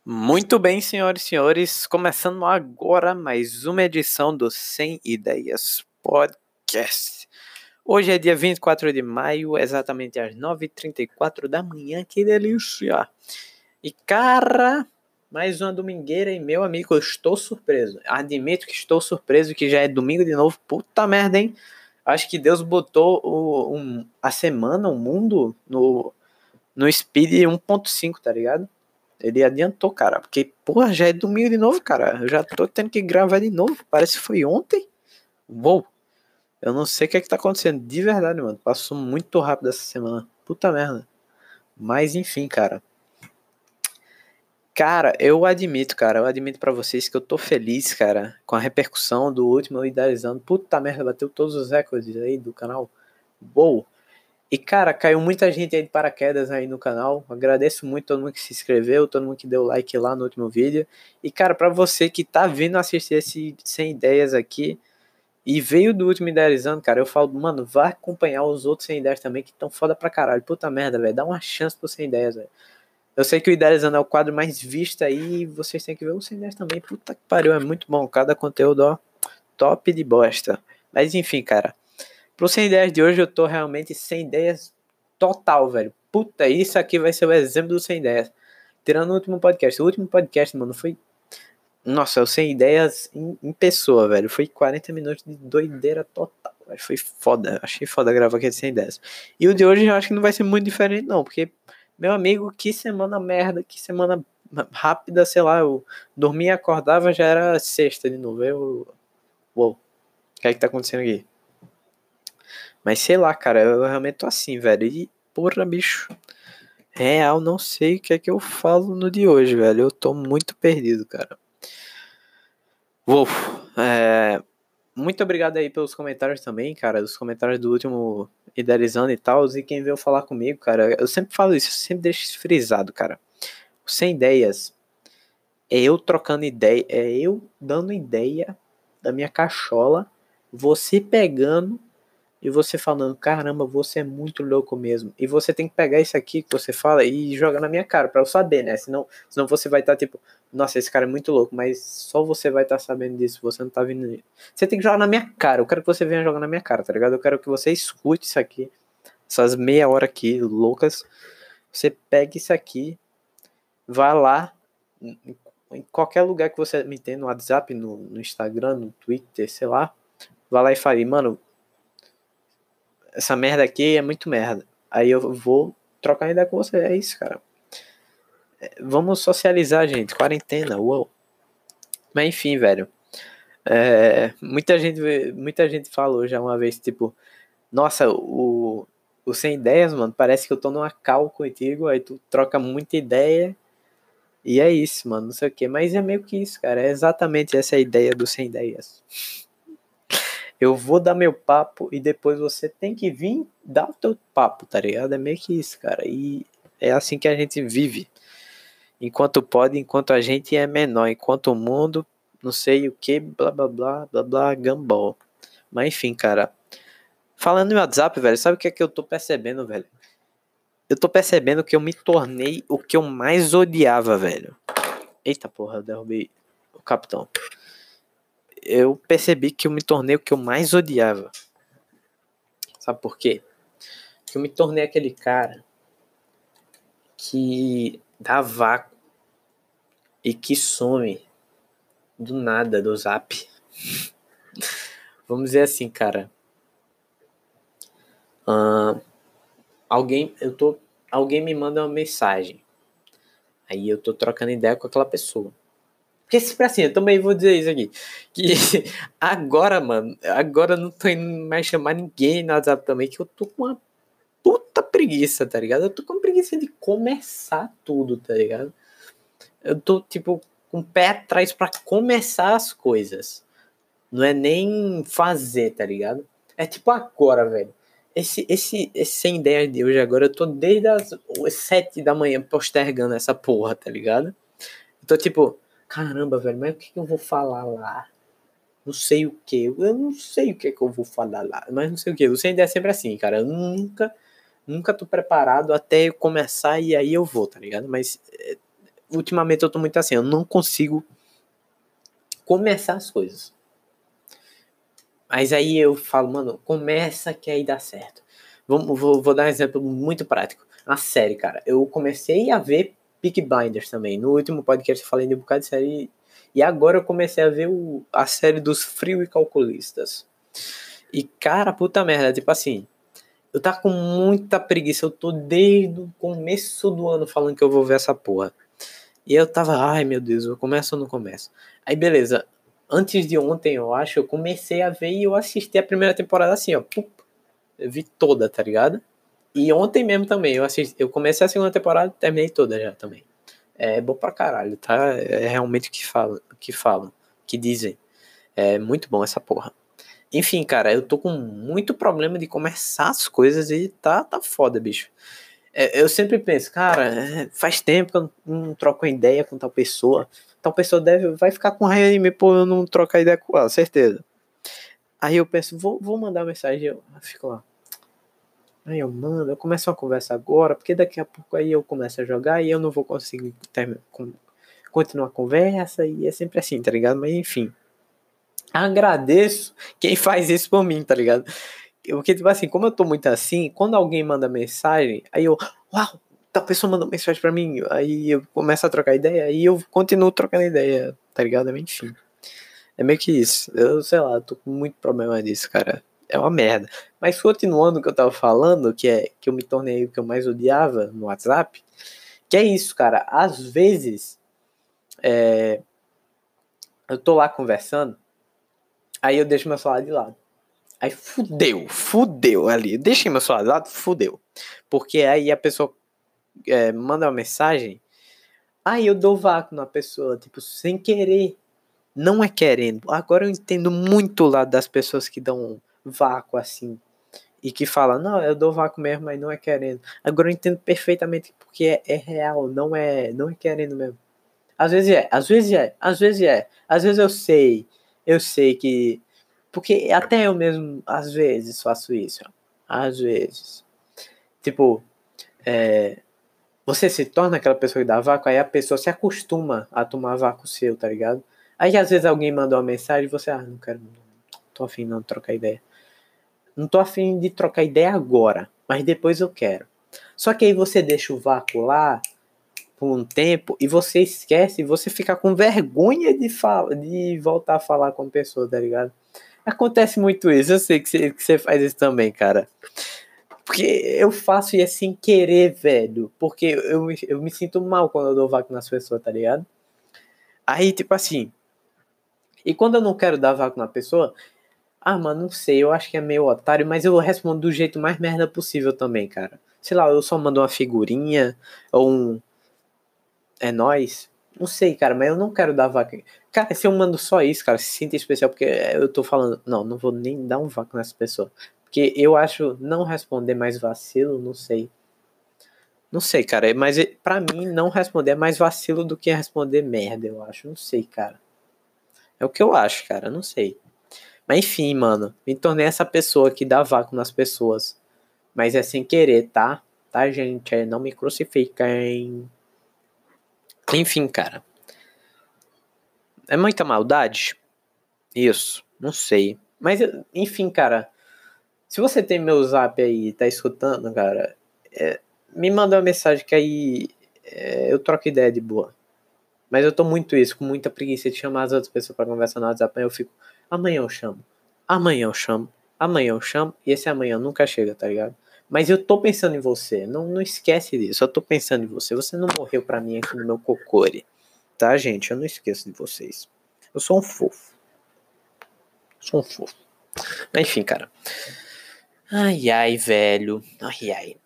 Muito bem, senhoras e senhores, começando agora mais uma edição do 100 Ideias Podcast. Hoje é dia 24 de maio, exatamente às 9h34 da manhã, que delícia! E cara, mais uma domingueira e meu amigo, eu estou surpreso. Admito que estou surpreso que já é domingo de novo, puta merda, hein? Acho que Deus botou a semana, o mundo, no speed 1.5, tá ligado? Ele adiantou, cara, porque, porra, já é domingo de novo, cara. Eu já tô tendo que gravar de novo. Parece que foi ontem. Uou, eu não sei o que é que tá acontecendo, de verdade, mano. Passou muito rápido essa semana. Puta merda. Mas, enfim, cara. Cara, eu admito pra vocês que eu tô feliz, cara, com a repercussão do último Idealizando. Puta merda, bateu todos os recordes aí do canal. Uou. E, cara, caiu muita gente aí de paraquedas aí no canal. Agradeço muito todo mundo que se inscreveu, todo mundo que deu like lá no último vídeo. E, cara, pra você que tá vindo assistir esse 100 ideias aqui e veio do último Idealizando, cara, eu falo, mano, vai acompanhar os outros 100 ideias também que tão foda pra caralho. Puta merda, velho. Dá uma chance pro 100 ideias, velho. Eu sei que o Idealizando é o quadro mais visto aí e vocês têm que ver o 100 ideias também. Puta que pariu, é muito bom. Cada conteúdo, ó, top de bosta. Mas, enfim, cara. Pro 100 ideias de hoje eu tô realmente sem ideias total, velho. Puta, isso aqui vai ser o exemplo do 100 ideias. Tirando o último podcast. O último podcast, mano, foi... Nossa, o 100 ideias em pessoa, velho. Foi 40 minutos de doideira total. Velho. Foi foda. Achei foda gravar aquele 100 ideias. E o de hoje eu acho que não vai ser muito diferente, não. Porque, meu amigo, que semana merda. Que semana rápida, sei lá. Eu dormia e acordava, já era sexta de novo. Uou. O que é que tá acontecendo aqui? Mas sei lá, cara, eu realmente tô assim, velho. E, porra, bicho. Real, não sei o que é que eu falo no de hoje, velho. Eu tô muito perdido, cara. Wolf, muito obrigado aí pelos comentários também, cara. Os comentários do último Idealizando e tal. E quem veio falar comigo, cara. Eu sempre falo isso, eu sempre deixo isso frisado, cara. Sem ideias. É eu trocando ideia. É eu dando ideia da minha cachola. Você pegando. E você falando, caramba, você é muito louco mesmo. E você tem que pegar isso aqui que você fala e jogar na minha cara, pra eu saber, né? Senão você vai estar tipo, nossa, esse cara é muito louco, mas só você vai estar sabendo disso, você não tá vendo. Você tem que jogar na minha cara, eu quero que você venha jogar na minha cara, tá ligado? Eu quero que você escute isso aqui, essas meia hora aqui, loucas. Você pega isso aqui, vá lá, em qualquer lugar que você me tem, no WhatsApp, no Instagram, no Twitter, sei lá. Vá lá e fale, mano, essa merda aqui é muito merda. Aí eu vou trocar ideia com você. É isso, cara. Vamos socializar, gente. Quarentena, uou. Mas enfim, velho. Muita gente falou já uma vez, tipo, nossa, o Sem Ideias, mano, parece que eu tô numa call contigo, aí tu troca muita ideia. E é isso, mano, não sei o que. Mas é meio que isso, cara. É exatamente essa a ideia do Sem Ideias. Eu vou dar meu papo e depois você tem que vir dar o teu papo, tá ligado? É meio que isso, cara. E é assim que a gente vive. Enquanto pode, enquanto a gente é menor, enquanto o mundo, não sei o que, blá blá blá, blá blá, gumball. Mas enfim, cara. Falando no WhatsApp, velho, sabe o que é que eu tô percebendo, velho? Eu tô percebendo que eu me tornei o que eu mais odiava, velho. Eita porra, eu derrubei o capitão. Eu percebi que eu me tornei o que eu mais odiava. Sabe por quê? Que eu me tornei aquele cara que dá vácuo e que some do nada do Zap. Vamos dizer assim, cara. Alguém me manda uma mensagem. Aí eu tô trocando ideia com aquela pessoa. Porque sempre assim, eu também vou dizer isso aqui. Que agora, mano, agora eu não tô indo mais chamar ninguém no WhatsApp também, que eu tô com uma puta preguiça, tá ligado? Eu tô com preguiça de começar tudo, tá ligado? Eu tô, tipo, com o pé atrás pra começar as coisas. Não é nem fazer, tá ligado? É tipo agora, velho. Esse sem ideia de hoje agora, eu tô desde as 7 da manhã postergando essa porra, tá ligado? Eu tô tipo, caramba, velho, mas o que eu vou falar lá? Não sei o que. Eu não sei o que eu vou falar lá. Mas não sei o que. O sem ideia é sempre assim, cara. Eu nunca tô preparado até eu começar e aí eu vou, tá ligado? Mas ultimamente eu tô muito assim, eu não consigo começar as coisas. Mas aí eu falo, mano, começa que aí dá certo. Vou dar um exemplo muito prático. A série, cara. Eu comecei a ver Peaky Blinders também. No último podcast eu falei de um bocado de série. E agora eu comecei a ver a série dos Frio e Calculistas. E, cara, puta merda, tipo assim, eu tava com muita preguiça. Eu tô desde o começo do ano falando que eu vou ver essa porra. E eu tava, ai meu Deus, eu começo ou não começo? Aí beleza, antes de ontem, eu acho, eu comecei a ver e eu assisti a primeira temporada assim, ó. Eu vi toda, tá ligado? E ontem mesmo também, eu comecei a segunda temporada e terminei toda já também. É bom pra caralho, tá? É realmente o que dizem. É muito bom essa porra. Enfim, cara, eu tô com muito problema de começar as coisas e tá foda, bicho. Eu sempre penso, cara, faz tempo que eu não troco ideia com tal pessoa. Tal pessoa vai ficar com raiva de mim por eu não trocar ideia com ela, certeza. Aí eu penso, vou mandar uma mensagem, eu fico lá. Aí eu mando, eu começo uma conversa agora, porque daqui a pouco aí eu começo a jogar e eu não vou conseguir continuar a conversa, e é sempre assim, tá ligado? Mas enfim, agradeço quem faz isso por mim, tá ligado? Porque, tipo assim, como eu tô muito assim, quando alguém manda mensagem, aí eu, uau, tal pessoa mandou mensagem pra mim, aí eu começo a trocar ideia, aí eu continuo trocando ideia, tá ligado? Enfim, é meio que isso. Eu, sei lá, tô com muito problema disso, cara. É uma merda. Mas continuando o que eu tava falando, que é que eu me tornei o que eu mais odiava no WhatsApp, que é isso, cara. Às vezes, eu tô lá conversando, aí eu deixo meu celular de lado. Aí fudeu ali. Eu deixei meu celular de lado, fudeu. Porque aí a pessoa manda uma mensagem, aí eu dou vácuo na pessoa, tipo, sem querer. Não é querendo. Agora eu entendo muito o lado das pessoas que dão vácuo assim. E que falam, não, eu dou vácuo mesmo, mas não é querendo. Agora eu entendo perfeitamente porque é real, não é querendo mesmo. Às vezes é, às vezes é, às vezes é. Às vezes eu sei que. Porque até eu mesmo, às vezes, faço isso. Ó. Às vezes. Tipo, você se torna aquela pessoa que dá vácuo, aí a pessoa se acostuma a tomar vácuo seu, tá ligado? Aí às vezes alguém manda uma mensagem e você, não quero, não tô afim não de trocar ideia. Não tô afim de trocar ideia agora, mas depois eu quero. Só que aí você deixa o vácuo lá por um tempo e você esquece e você fica com vergonha de voltar a falar com a pessoa, tá ligado? Acontece muito isso, eu sei que você faz isso também, cara. Porque eu faço e é sem querer, velho. Porque eu me sinto mal quando eu dou vácuo nas pessoas, tá ligado? Aí, tipo assim. E quando eu não quero dar vácuo na pessoa, mano, não sei, eu acho que é meio otário, mas eu respondo do jeito mais merda possível também, cara. Sei lá, eu só mando uma figurinha, ou um. É nóis. Não sei, cara, mas eu não quero dar vácuo. Cara, se eu mando só isso, cara, se sinta especial, porque eu tô falando, não vou nem dar um vácuo nessa pessoa. Porque eu acho não responder mais vacilo, não sei. Não sei, cara, mas pra mim não responder é mais vacilo do que responder merda, eu acho. Não sei, cara. É o que eu acho, cara, não sei. Mas enfim, mano, me tornei essa pessoa que dá vácuo nas pessoas. Mas é sem querer, tá? Tá, gente? Não me crucifiquem. Enfim, cara. É muita maldade? Isso, não sei. Mas, enfim, cara. Se você tem meu zap aí e tá escutando, cara, me manda uma mensagem que aí eu troco ideia de boa. Mas eu tô muito isso, com muita preguiça de chamar as outras pessoas pra conversar no WhatsApp. Aí eu fico, amanhã eu chamo, amanhã eu chamo, amanhã eu chamo. E esse amanhã nunca chega, tá ligado? Mas eu tô pensando em você. Não esquece disso. Eu tô pensando em você. Você não morreu pra mim aqui no meu cocore. Tá, gente? Eu não esqueço de vocês. Eu sou um fofo. Sou um fofo. Enfim, cara. Ai, ai, velho. Ai, ai.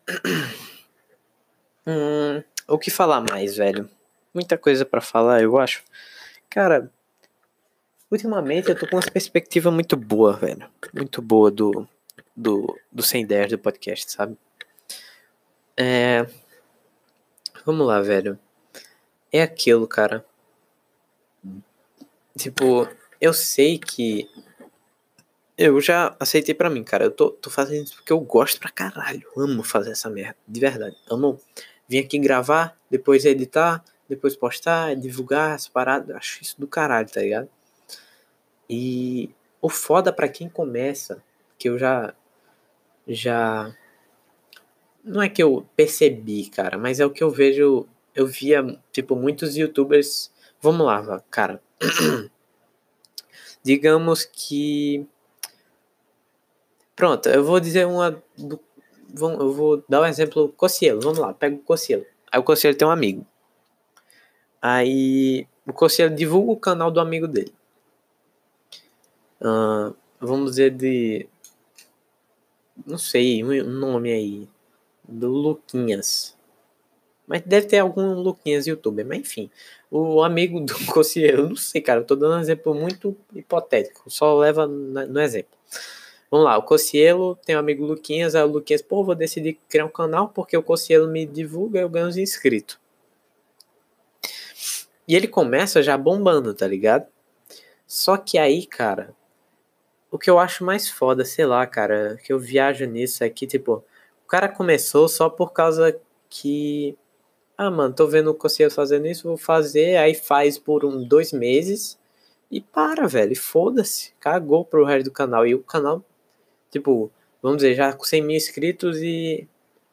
O que falar mais, velho? Muita coisa pra falar, eu acho. Cara, ultimamente eu tô com uma perspectiva muito boa, velho. Muito boa do Sem Ideias do podcast, sabe? Vamos lá, velho. É aquilo, cara. Tipo, eu sei que eu já aceitei pra mim, cara. Eu tô fazendo isso porque eu gosto pra caralho. Amo fazer essa merda, de verdade. Amo vir aqui gravar, depois editar, depois postar, divulgar as paradas. Acho isso do caralho, tá ligado? E o foda pra quem começa, que eu já não é que eu percebi, cara, mas é o que eu vejo, eu via, tipo, muitos YouTubers, vamos lá, cara, digamos que, pronto, eu vou dizer eu vou dar um exemplo, Cossielo, vamos lá, pega o Cossielo, aí o Cossielo tem um amigo, aí o Cossielo divulga o canal do amigo dele, vamos dizer não sei, um nome aí, do Luquinhas. Mas deve ter algum Luquinhas youtuber. Mas enfim, o amigo do Cossielo, eu não sei, cara. Eu tô dando um exemplo muito hipotético. Só leva no exemplo. Vamos lá, o Cossielo tem um amigo Luquinhas. Aí o Luquinhas, pô, vou decidir criar um canal porque o Cossielo me divulga e eu ganho uns inscritos. E ele começa já bombando, tá ligado? Só que aí, cara, o que eu acho mais foda, sei lá, cara, que eu viajo nisso é que, tipo, o cara começou só por causa que mano, tô vendo o Cossielo fazendo isso, vou fazer, aí faz por 2 meses e para, velho, e foda-se, cagou pro resto do canal. E o canal, tipo, vamos dizer, já com 100 mil inscritos e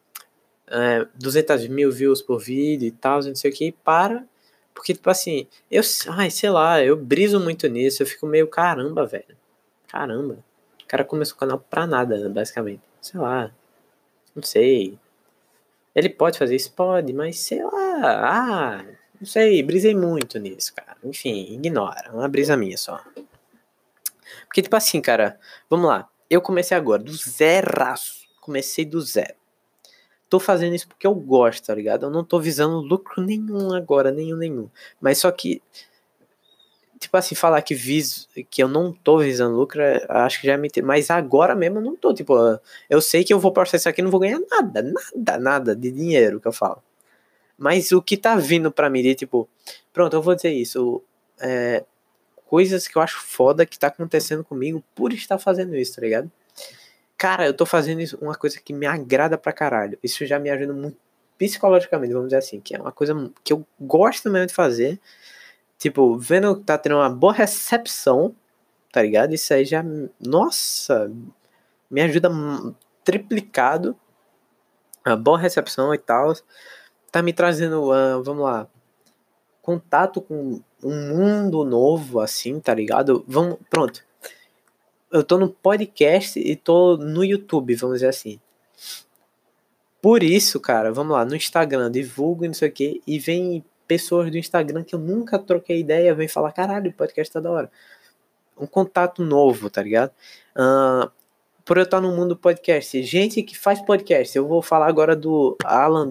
200 mil views por vídeo e tal, não sei o que, e para, porque, tipo assim, sei lá, eu briso muito nisso, eu fico meio, caramba, velho, caramba, o cara começou o canal pra nada, basicamente, sei lá, não sei. Ele pode fazer isso? Pode, mas sei lá. Não sei, brisei muito nisso, cara. Enfim, ignora. Uma brisa minha só. Porque, tipo assim, cara, vamos lá. Eu comecei agora, do zeraço. Comecei do zero. Tô fazendo isso porque eu gosto, tá ligado? Eu não tô visando lucro nenhum agora, nenhum. Mas só que, tipo assim, falar que eu não tô visando lucro, acho que já é me. Mas agora mesmo eu não tô, tipo, eu sei que eu vou postar isso aqui e não vou ganhar nada de dinheiro que eu falo. Mas o que tá vindo pra mim de tipo, pronto, eu vou dizer isso, coisas que eu acho foda que tá acontecendo comigo por estar fazendo isso, tá ligado? Cara, eu tô fazendo isso, uma coisa que me agrada pra caralho. Isso já me ajuda muito psicologicamente, vamos dizer assim, que é uma coisa que eu gosto mesmo de fazer. Tipo, vendo que tá tendo uma boa recepção, tá ligado? Isso aí já, nossa, me ajuda triplicado. A boa recepção e tal. Tá me trazendo, vamos lá, contato com um mundo novo, assim, tá ligado? Pronto. Eu tô no podcast e tô no YouTube, vamos dizer assim. Por isso, cara, vamos lá, no Instagram, divulgo e não sei o que, e vem pessoas do Instagram que eu nunca troquei ideia, vem falar, caralho, o podcast tá da hora. Um contato novo, tá ligado? Por eu estar no mundo do podcast, gente que faz podcast, eu vou falar agora do Alan,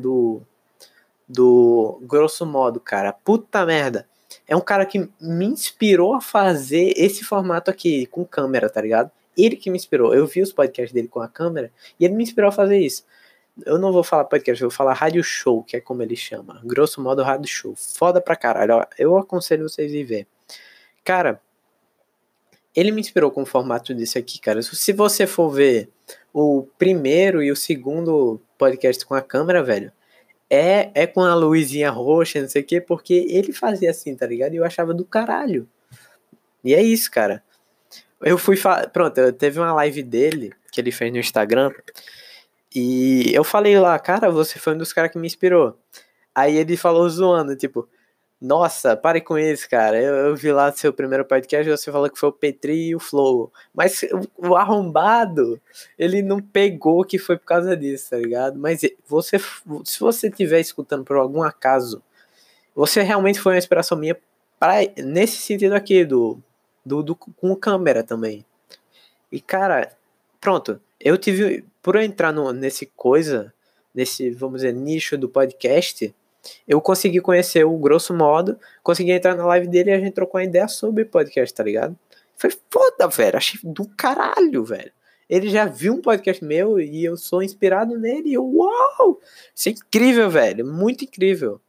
do Grosso Modo, cara. Puta merda. É um cara que me inspirou a fazer esse formato aqui, com câmera, tá ligado? Ele que me inspirou. Eu vi os podcasts dele com a câmera e ele me inspirou a fazer isso. Eu não vou falar podcast, eu vou falar rádio show, que é como ele chama. Grosso modo, rádio show. Foda pra caralho. Ó, eu aconselho vocês a ver. Cara, ele me inspirou com o formato disso aqui, cara. Se você for ver o primeiro e o segundo podcast com a câmera, velho, é com a luzinha roxa, não sei o quê, porque ele fazia assim, tá ligado? E eu achava do caralho. E é isso, cara. Pronto, teve uma live dele, que ele fez no Instagram, e eu falei lá, cara, você foi um dos caras que me inspirou. Aí ele falou zoando, tipo, nossa, pare com isso, cara. Eu vi lá seu primeiro podcast, você falou que foi o Petri e o Flow. Mas o arrombado, ele não pegou que foi por causa disso, tá ligado? Mas se você estiver escutando por algum acaso, você realmente foi uma inspiração minha nesse sentido aqui, com câmera também. E, cara, pronto. Por eu entrar nesse, vamos dizer, nicho do podcast, eu consegui conhecer o Grosso Modo, consegui entrar na live dele e a gente trocou uma ideia sobre podcast, tá ligado? Foi foda, velho. Achei do caralho, velho. Ele já viu um podcast meu e eu sou inspirado nele. E uau! Isso é incrível, velho. Muito incrível.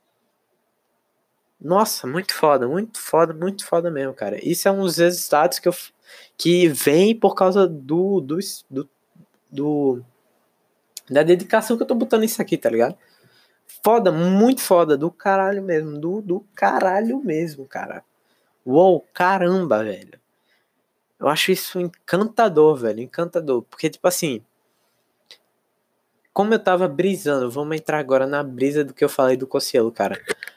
Nossa, muito foda mesmo, cara. Isso é um dos resultados que vem por causa do da dedicação que eu tô botando nisso aqui, tá ligado? Foda, muito foda, do caralho mesmo, do caralho mesmo, cara. Uou, caramba, velho. Eu acho isso encantador, velho, encantador. Porque, tipo assim, como eu tava brisando, vamos entrar agora na brisa do que eu falei do Cossielo, cara.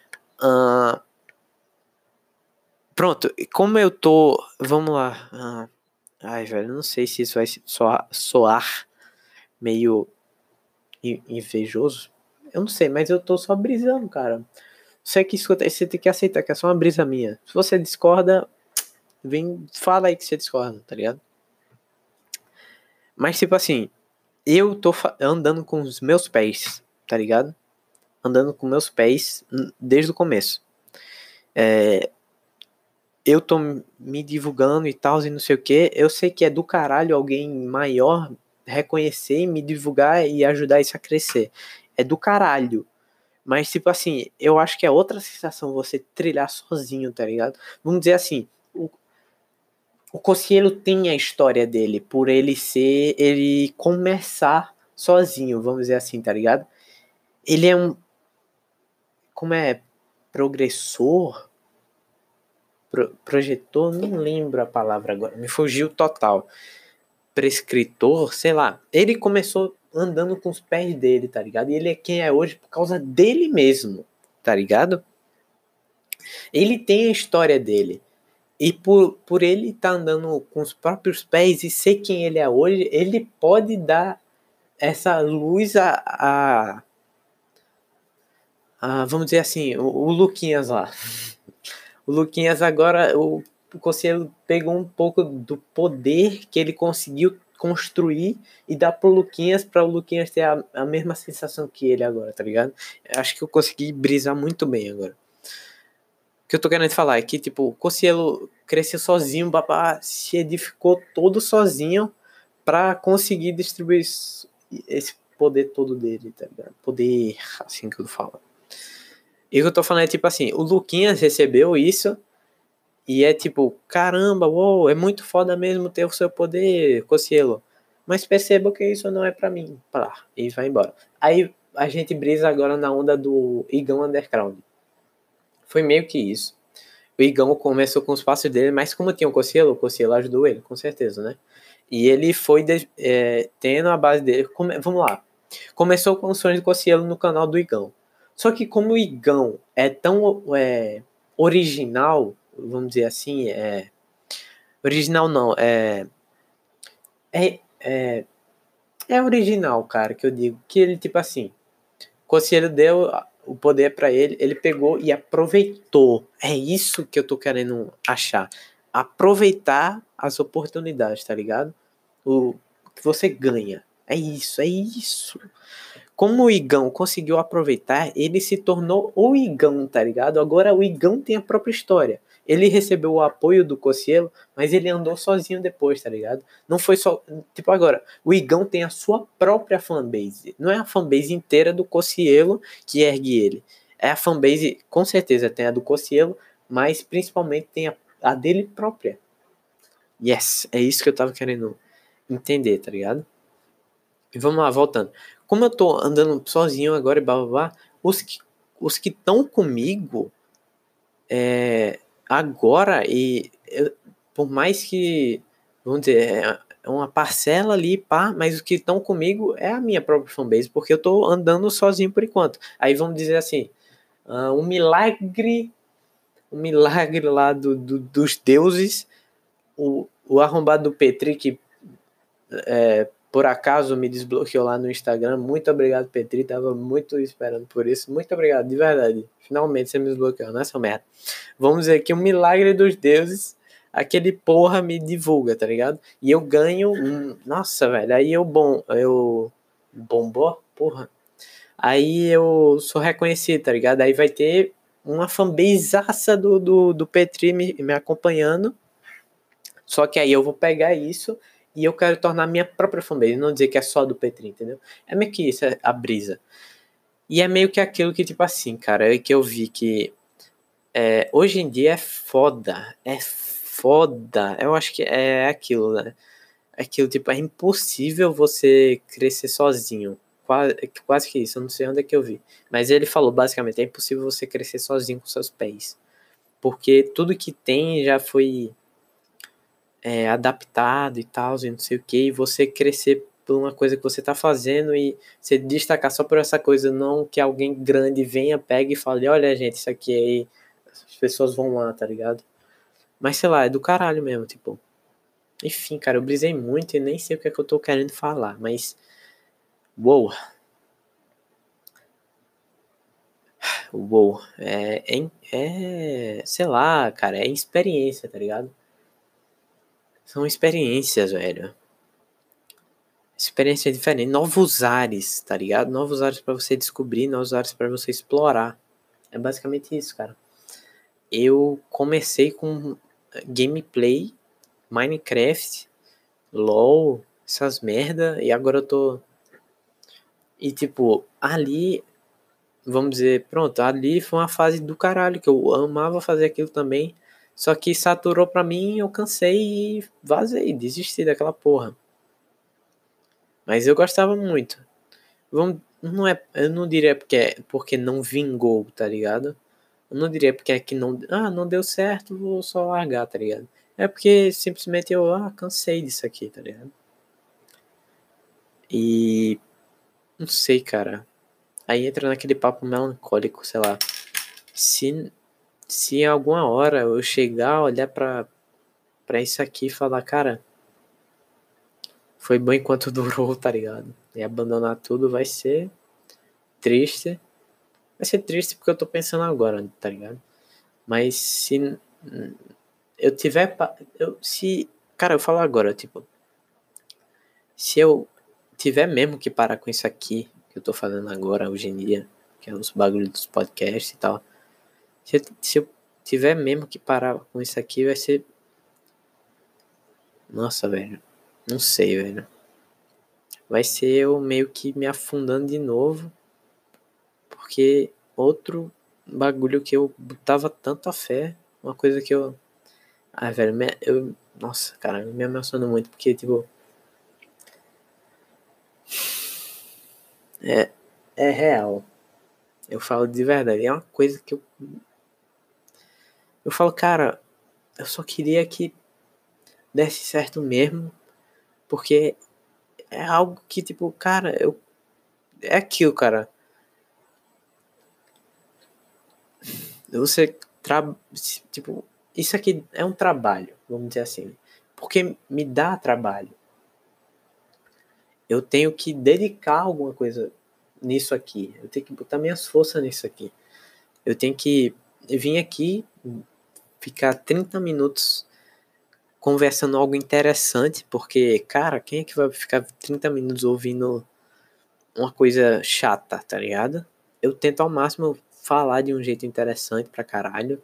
Pronto, como eu tô, vamos lá. Ai, velho, não sei se isso vai soar meio invejoso. Eu não sei, mas eu tô só brisando, cara. Você que escuta, você tem que aceitar que é só uma brisa minha. Se você discorda, vem, fala aí que você discorda, tá ligado? Mas, tipo assim, eu tô andando com os meus pés, tá ligado? Andando com meus pés desde o começo. Eu tô me divulgando e tal, e não sei o que. Eu sei que é do caralho alguém maior reconhecer, me divulgar e ajudar isso a crescer. É do caralho. Mas, tipo assim, eu acho que é outra sensação você trilhar sozinho, tá ligado? Vamos dizer assim, o Cossielo tem a história dele, por ele começar sozinho, vamos dizer assim, tá ligado? Ele é um, como é, progressor, projetor, não lembro a palavra agora, me fugiu total. Prescritor, sei lá. Ele começou andando com os pés dele, tá ligado? E ele é quem é hoje por causa dele mesmo, tá ligado? Ele tem a história dele. E por ele estar andando com os próprios pés e ser quem ele é hoje, ele pode dar essa luz vamos dizer assim, o Luquinhas lá. O Luquinhas agora, o Conselho pegou um pouco do poder que ele conseguiu construir e dar pro Luquinhas, para o Luquinhas ter a mesma sensação que ele agora, tá ligado? Acho que eu consegui brisar muito bem agora. O que eu tô querendo falar é que, tipo, o Cossielo cresceu sozinho, babá, se edificou todo sozinho pra conseguir distribuir esse poder todo dele, tá ligado? Poder, assim que eu falo. E o que eu tô falando é, tipo assim, o Luquinhas recebeu isso e é tipo, caramba, uou, é muito foda mesmo ter o seu poder, Cossielo. Mas perceba que isso não é pra mim. Pá, e vai embora. Aí a gente brisa agora na onda do Igão Underground. Foi meio que isso. O Igão começou com os passos dele, mas como tinha o Cossielo ajudou ele, com certeza, né? E ele foi tendo a base dele. Vamos lá. Começou com o sonho de Cossielo no canal do Igão. Só que como o Igão é tão original, vamos dizer assim, original não, é, é, é original, cara, que eu digo. Que ele, tipo assim, Cossielo deu o poder para ele, ele pegou e aproveitou. É isso que eu tô querendo achar. Aproveitar as oportunidades, tá ligado? O que você ganha. É isso, é isso. Como o Igão conseguiu aproveitar, ele se tornou o Igão, tá ligado? Agora o Igão tem a própria história. Ele recebeu o apoio do Cossielo, mas ele andou sozinho depois, tá ligado? Não foi só. Tipo, agora, o Igão tem a sua própria fanbase. Não é a fanbase inteira do Cossielo que ergue ele. É a fanbase, com certeza, tem a do Cossielo, mas principalmente tem a dele própria. Yes, é isso que eu tava querendo entender, tá ligado? E vamos lá, voltando. Como eu tô andando sozinho agora e blá blá blá, os que estão comigo agora, por mais que, vamos dizer, é uma parcela ali, pá, mas os que estão comigo é a minha própria fanbase, porque eu tô andando sozinho por enquanto. Aí vamos dizer assim, um milagre lá dos deuses, o arrombado do Petri que por acaso me desbloqueou lá no Instagram. Muito obrigado, Petri. Tava muito esperando por isso. Muito obrigado, de verdade. Finalmente você me desbloqueou, não é essa merda. Vamos dizer que um milagre dos deuses, aquele porra me divulga, tá ligado? E eu ganho. Nossa, velho. Aí eu bombou, porra. Aí eu sou reconhecido, tá ligado? Aí vai ter uma fanbaseaça do Petri me acompanhando. Só que aí eu vou pegar isso e eu quero tornar minha própria fanbase, não dizer que é só do Petri, entendeu? É meio que isso, é a brisa. E é meio que aquilo que, tipo assim, cara, é que eu vi que hoje em dia é foda. Eu acho que é aquilo, né? É aquilo, tipo, é impossível você crescer sozinho quase que isso, eu não sei onde é que eu vi. Mas ele falou, basicamente, é impossível você crescer sozinho com seus pés. Porque tudo que tem já foi adaptado e tal, e não sei o que, e você crescer por uma coisa que você tá fazendo e se destacar só por essa coisa, não que alguém grande venha, pegue e fale, olha, gente, isso aqui aí, as pessoas vão lá, tá ligado? Mas sei lá, é do caralho mesmo, tipo. Enfim, cara, eu brisei muito e nem sei o que é que eu tô querendo falar, mas. Uou, uou. Sei lá, cara, é experiência, tá ligado? São experiências, velho. Experiência diferente, novos ares, tá ligado? Novos ares pra você descobrir, novos ares pra você explorar. É basicamente isso, cara. Eu comecei com gameplay, Minecraft, LoL, essas merda, e agora eu tô. E tipo, ali, vamos dizer, pronto, ali foi uma fase do caralho, que eu amava fazer aquilo também. Só que saturou pra mim, eu cansei e vazei, desisti daquela porra. Mas eu gostava muito. Não é, eu não diria porque não vingou, tá ligado? Eu não diria porque é que não, não deu certo, vou só largar, tá ligado? É porque simplesmente eu, cansei disso aqui, tá ligado? E não sei, cara. Aí entra naquele papo melancólico, sei lá. Se se em alguma hora eu chegar, olhar pra isso aqui e falar, cara, foi bom enquanto durou, tá ligado? E abandonar tudo vai ser triste. Vai ser triste porque eu tô pensando agora, tá ligado? Mas se eu tiver. Se. Cara, eu falo agora, tipo. Se eu tiver mesmo que parar com isso aqui, que eu tô fazendo agora, hoje em dia, que é os bagulhos dos podcasts e tal. Se eu tiver mesmo que parar com isso aqui, vai ser. Nossa, velho. Não sei, velho. Vai ser eu meio que me afundando de novo. Porque outro bagulho que eu botava tanta fé. Uma coisa que eu. Ah, velho, nossa, cara, me emociona muito. Porque, tipo. É, é real. Eu falo de verdade. É uma coisa que eu falo, cara, eu só queria que desse certo mesmo. Porque é algo que, tipo, cara, é aquilo, cara. Você, tipo, isso aqui é um trabalho, vamos dizer assim. Porque me dá trabalho. Eu tenho que dedicar alguma coisa nisso aqui. Eu tenho que botar minhas forças nisso aqui. Eu tenho que vir aqui, ficar 30 minutos conversando algo interessante, porque, cara, quem é que vai ficar 30 minutos ouvindo uma coisa chata, tá ligado? Eu tento ao máximo falar de um jeito interessante pra caralho.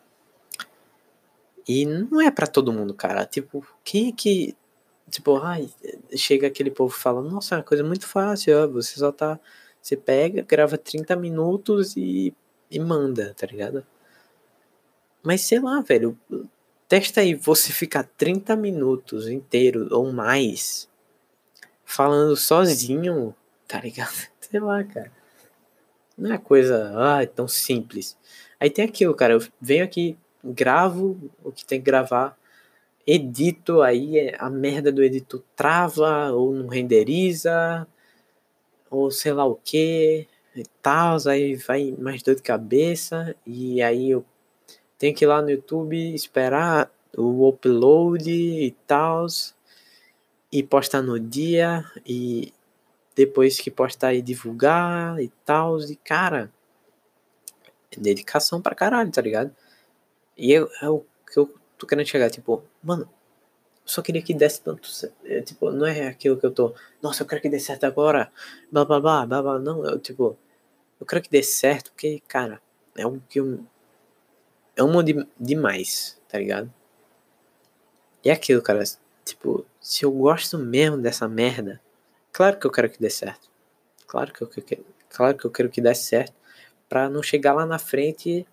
E não é pra todo mundo, cara. Tipo, quem é que. Tipo, chega aquele povo e fala, nossa, é uma coisa muito fácil, ó, você só tá. Você pega, grava 30 minutos e manda, tá ligado? Mas sei lá, velho. Testa aí você ficar 30 minutos inteiro ou mais falando sozinho, tá ligado? Sei lá, cara. Não é coisa, tão simples. Aí tem aquilo, cara, eu venho aqui, gravo o que tem que gravar, edito, aí a merda do editor trava, ou não renderiza, ou sei lá o que, e tal, aí vai mais dor de cabeça, e aí eu tenho que ir lá no YouTube, esperar o upload e tal, e postar no dia, e depois que postar e divulgar e tal, e cara, é dedicação pra caralho, tá ligado? E é o que eu tô querendo chegar, tipo, mano, eu só queria que desse tanto certo. Tipo, não é aquilo que eu tô, nossa, eu quero que dê certo agora, blá blá blá, blá, blá. Não, eu quero que dê certo, porque, cara, é um que eu amo demais, tá ligado? E é aquilo, cara, tipo, se eu gosto mesmo dessa merda, claro que eu quero que dê certo. Claro que eu quero que dê certo, pra não chegar lá na frente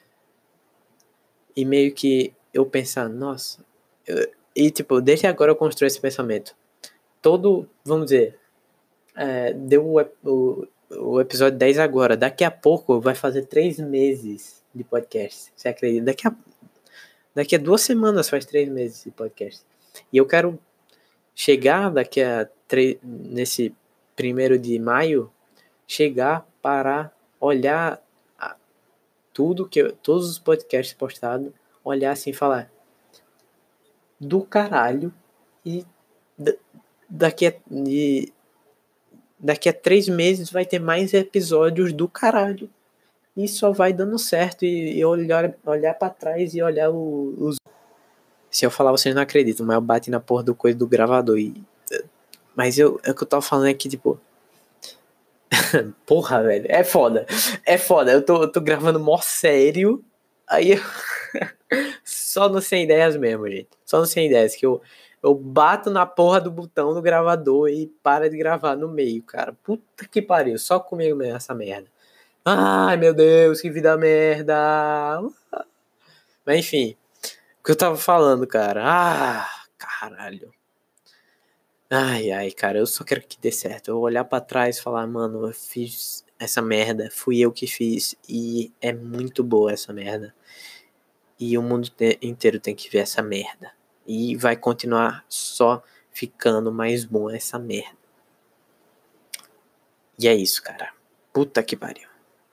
e meio que eu pensar, nossa, e tipo, desde agora eu construo esse pensamento. Vamos dizer, deu o episódio 10 agora. Daqui a pouco vai fazer 3 meses de podcast. Você acredita? Daqui a 2 semanas faz 3 meses de podcast. E eu quero chegar nesse 1º de maio, chegar para olhar todos os podcasts postados, olhar assim e falar do caralho, e daqui a 3 meses vai ter mais episódios do caralho. E só vai dando certo, e olhar pra trás e olhar os... Se eu falar, vocês não acreditam, mas eu bati na porra do coisa do gravador. Mas o que eu tava falando é que, tipo... Porra, velho, é foda. É foda, eu tô gravando mó sério, aí eu... Só no Sem Ideias mesmo, gente. Só no Sem Ideias, que eu bato na porra do botão do gravador e para de gravar no meio, cara. Puta que pariu, só comigo mesmo essa merda. Ai, meu Deus, que vida merda. Mas enfim, o que eu tava falando, cara. Caralho. Ai, cara, eu só quero que dê certo. Eu olhar pra trás e falar, mano, eu fiz essa merda, fui eu que fiz, e é muito boa essa merda. E o mundo inteiro tem que ver essa merda. E vai continuar só ficando mais bom essa merda. E é isso, cara. Puta que pariu.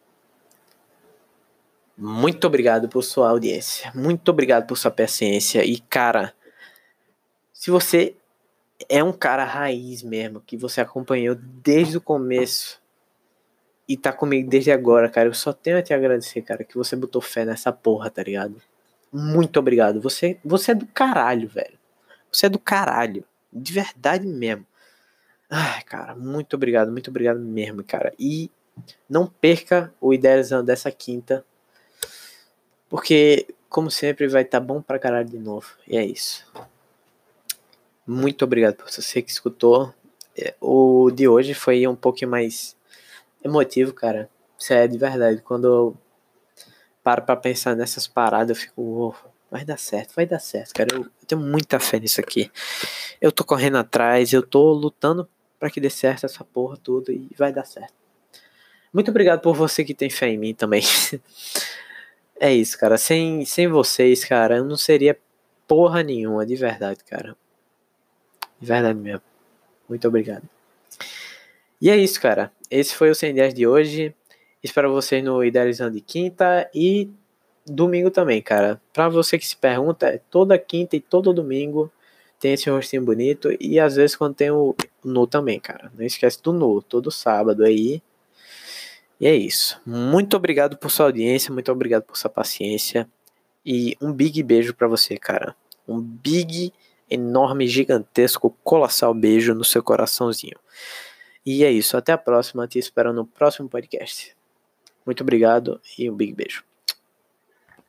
Muito obrigado por sua audiência. Muito obrigado por sua paciência. E, cara, se você é um cara raiz mesmo, que você acompanhou desde o começo e tá comigo desde agora, cara, eu só tenho a te agradecer, cara, que você botou fé nessa porra, tá ligado? Muito obrigado. Você é do caralho, velho. Você é do caralho. De verdade mesmo. Ai, cara, muito obrigado mesmo, cara. E não perca o Idealizando dessa quinta, porque, como sempre, vai estar bom pra caralho de novo. E é isso. Muito obrigado por você que escutou. O de hoje foi um pouquinho mais emotivo, cara. Isso é de verdade. Quando eu paro pra pensar nessas paradas, eu fico, vai dar certo, cara. Eu tenho muita fé nisso aqui. Eu tô correndo atrás, eu tô lutando pra que dê certo essa porra tudo, e vai dar certo. Muito obrigado por você que tem fé em mim também. É isso, cara. Sem vocês, cara, eu não seria porra nenhuma, de verdade, cara. De verdade mesmo. Muito obrigado. E é isso, cara. Esse foi o 100 Dias de hoje. Espero vocês no Idealizando de quinta e domingo também, cara. Pra você que se pergunta, toda quinta e todo domingo tem esse rostinho bonito. E às vezes quando tem o Nu também, cara. Não esquece do Nu, todo sábado aí. E é isso. Muito obrigado por sua audiência, muito obrigado por sua paciência. E um big beijo pra você, cara. Um big, enorme, gigantesco, colossal beijo no seu coraçãozinho. E é isso. Até a próxima. Te espero no próximo podcast. Muito obrigado e um big beijo.